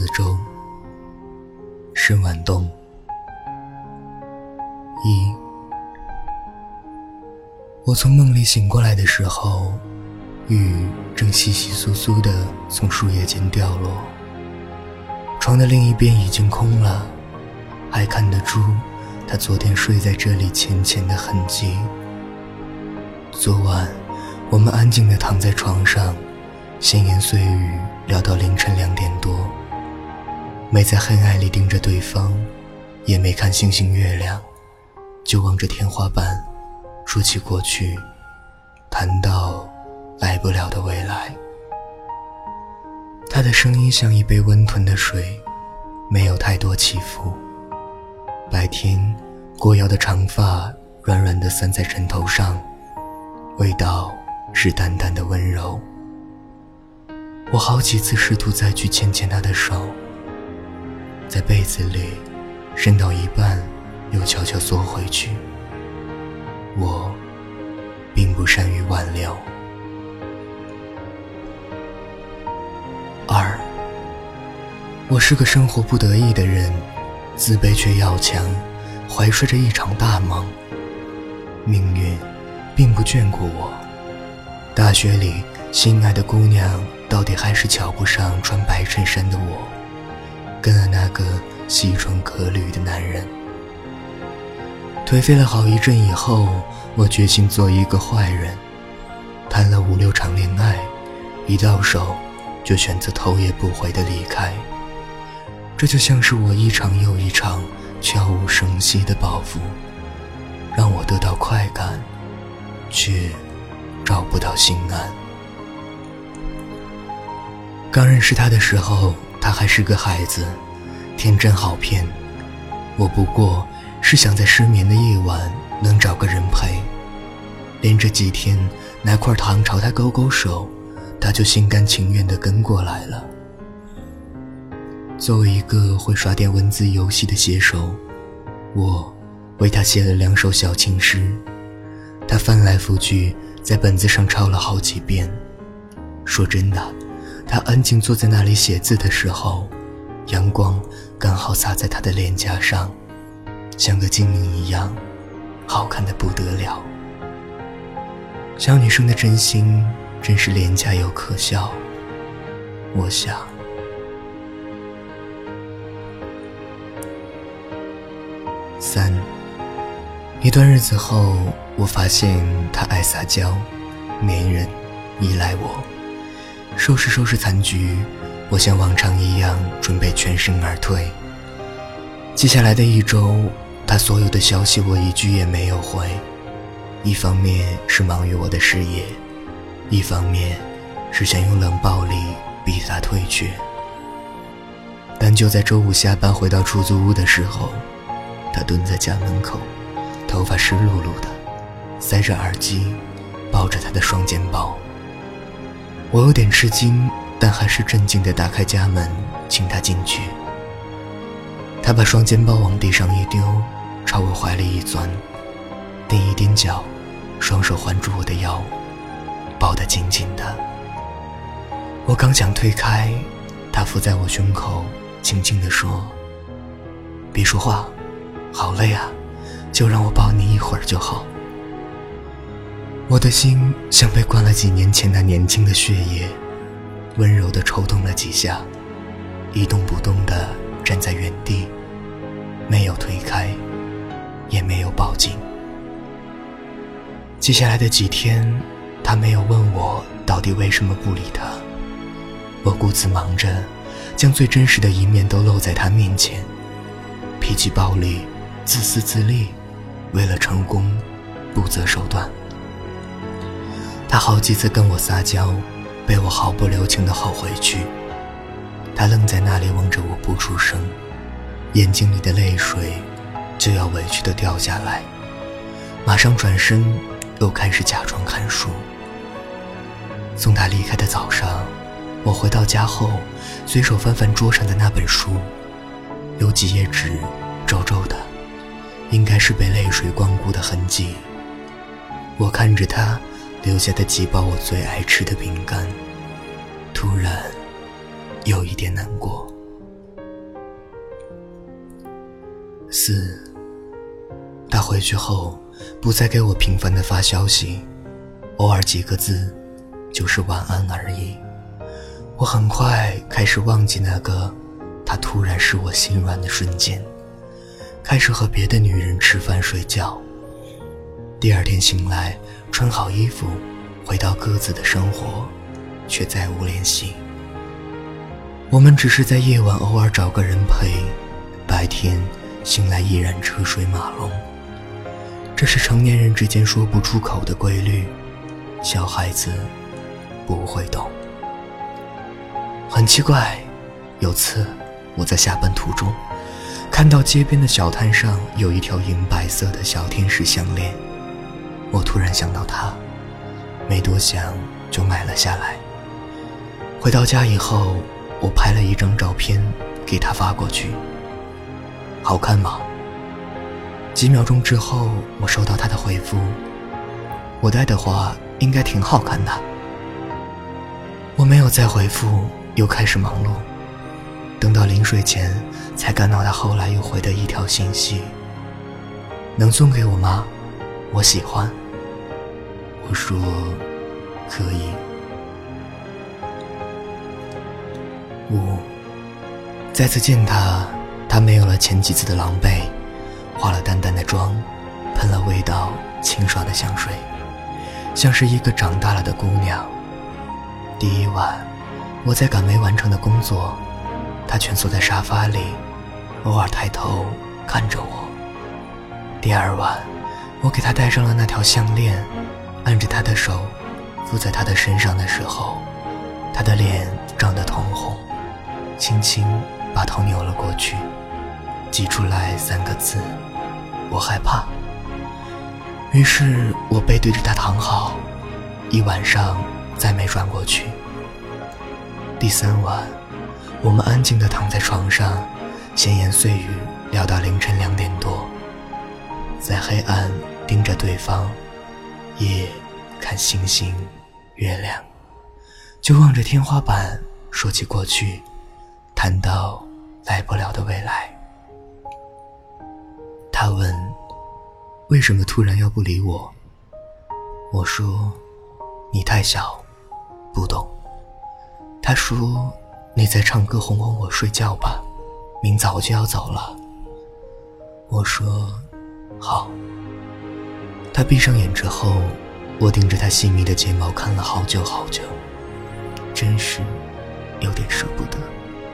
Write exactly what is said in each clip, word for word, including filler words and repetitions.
四周。申晚冬。一，我从梦里醒过来的时候，雨正窸窸窣窣地从树叶间掉落，床的另一边已经空了，还看得出他昨天睡在这里浅浅的痕迹。昨晚我们安静地躺在床上，闲言碎语聊到凌晨两点多，没在黑暗里盯着对方，也没看星星月亮，就望着天花板说起过去，谈到来不了的未来。他的声音像一杯温吞的水，没有太多起伏。白天过腰的长发软软地散在枕头上，味道是淡淡的温柔。我好几次试图再去牵牵他的手，在被子里伸到一半又悄悄缩回去。我并不善于挽留。二，我是个生活不得意的人，自卑却要强，怀揣着一场大梦。命运并不眷顾我，大学里心爱的姑娘到底还是瞧不上穿白衬衫的我，跟了那个西装革履的男人。颓废了好一阵以后，我决心做一个坏人，谈了五六场恋爱，一到手就选择头也不回地离开。这就像是我一场又一场悄无声息的报复，让我得到快感，却找不到心安。刚认识他的时候，他还是个孩子，天真好骗。我不过是想在失眠的夜晚能找个人陪，连着几天拿块糖朝他勾勾手，他就心甘情愿地跟过来了。作为一个会耍点文字游戏的写手，我为他写了两首小情诗，他翻来覆去在本子上抄了好几遍。说真的，他安静坐在那里写字的时候，阳光刚好洒在他的脸颊上，像个精灵一样，好看得不得了。小女生的真心真是廉价又可笑，我想。三，一段日子后，我发现他爱撒娇、粘人、依赖我。收拾收拾残局，我像往常一样准备全身而退。接下来的一周，他所有的消息我一句也没有回，一方面是忙于我的事业，一方面是想用冷暴力逼他退却。但就在周五下班回到出租屋的时候，他蹲在家门口，头发湿漉漉的，塞着耳机，抱着他的双肩包。我有点吃惊，但还是镇静地打开家门，请他进去。他把双肩包往地上一丢，朝我怀里一钻，踮一踮脚，双手环住我的腰，抱得紧紧的。我刚想推开，他伏在我胸口，轻轻地说：“别说话，好累啊，就让我抱你一会儿就好。”我的心像被灌了几年前那年轻的血液，温柔地抽动了几下，一动不动地站在原地，没有推开，也没有报警。接下来的几天，他没有问我到底为什么不理他，我顾自忙着将最真实的一面都露在他面前，脾气暴戾，自私自利，为了成功不择手段。他好几次跟我撒娇，被我毫不留情地吼回去。他愣在那里望着我不出声，眼睛里的泪水就要委屈地掉下来，马上转身又开始假装看书。送他离开的早上，我回到家后随手翻翻桌上的那本书，有几页纸皱皱的，应该是被泪水光顾的痕迹。我看着他留下的几包我最爱吃的饼干，突然有一点难过。 四，他回去后不再给我频繁的发消息，偶尔几个字就是晚安而已。我很快开始忘记那个他突然使我心软的瞬间，开始和别的女人吃饭睡觉。第二天醒来，穿好衣服回到各自的生活，却再无联系。我们只是在夜晚偶尔找个人陪，白天醒来依然车水马龙。这是成年人之间说不出口的规律，小孩子不会懂。很奇怪，有次我在下班途中看到街边的小摊上有一条银白色的小天使项链，我突然想到它，没多想就买了下来。回到家以后，我拍了一张照片给他发过去。好看吗？几秒钟之后，我收到他的回复，我戴的话应该挺好看的。我没有再回复，又开始忙碌。等到临睡前才看到他后来又回的一条信息，能送给我吗？我喜欢。我说可以。五，再次见他，他没有了前几次的狼狈，化了淡淡的妆，喷了味道清爽的香水，像是一个长大了的姑娘。第一晚，我在赶没完成的工作，他蜷缩在沙发里，偶尔抬头看着我。第二晚，我给他戴上了那条项链，按着他的手附在他的身上的时候，他的脸涨得通红，轻轻把头扭了过去，挤出来三个字：我害怕。于是我背对着他躺好，一晚上再没转过去。第三晚，我们安静地躺在床上，闲言碎语聊到凌晨两点多，在黑暗盯着对方，夜看星星月亮，就望着天花板说起过去，谈到来不了的未来。他问为什么突然要不理我，我说你太小不懂。他说你在唱歌哄哄我睡觉吧，明早就要走了。我说好。他闭上眼之后，我盯着他细密的睫毛看了好久好久，真是有点舍不得。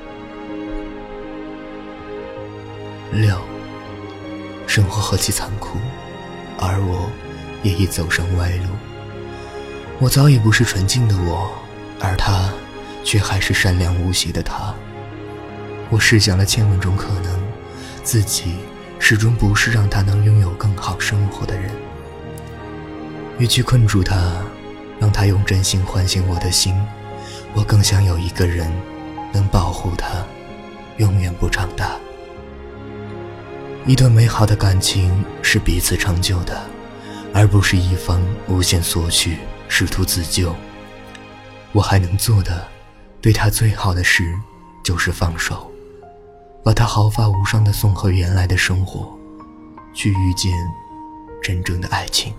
六，生活何其残酷，而我也已走上歪路。我早已不是纯净的我，而他却还是善良无邪的他。我试想了千万种可能，自己始终不是让他能拥有更好生活的人。与其困住他，让他用真心唤醒我的心，我更想有一个人能保护他，永远不长大。一段美好的感情是彼此成就的，而不是一方无限索取，试图自救。我还能做的，对他最好的事就是放手，把他毫发无伤地送回原来的生活，去遇见真正的爱情。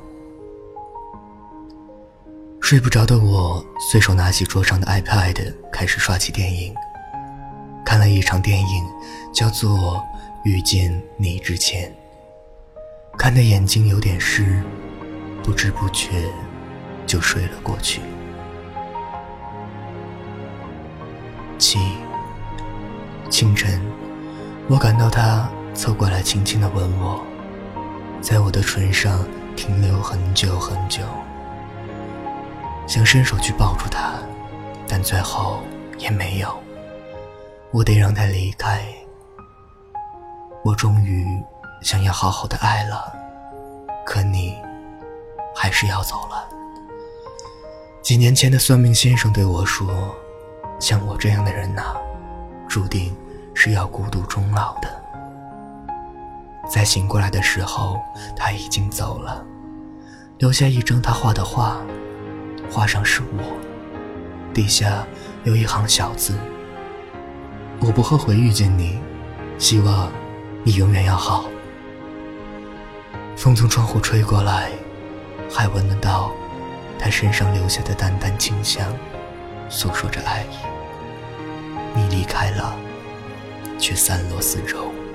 睡不着的我随手拿起桌上的 iPad， 开始刷起电影。看了一场电影叫做《遇见你之前》，看得眼睛有点湿，不知不觉就睡了过去。七，清晨，我感到他凑过来轻轻地吻我，在我的唇上停留很久很久，想伸手去抱住他，但最后也没有。我得让他离开。我终于想要好好的爱了，可你还是要走了。几年前的算命先生对我说，像我这样的人啊，注定是要孤独终老的。在醒过来的时候，他已经走了，留下一张他画的画，画上是我，底下有一行小字：我不后悔遇见你，希望你永远要好。风从窗户吹过来，还闻得到他身上留下的淡淡清香，诉说着爱意。你离开了，却散落四周。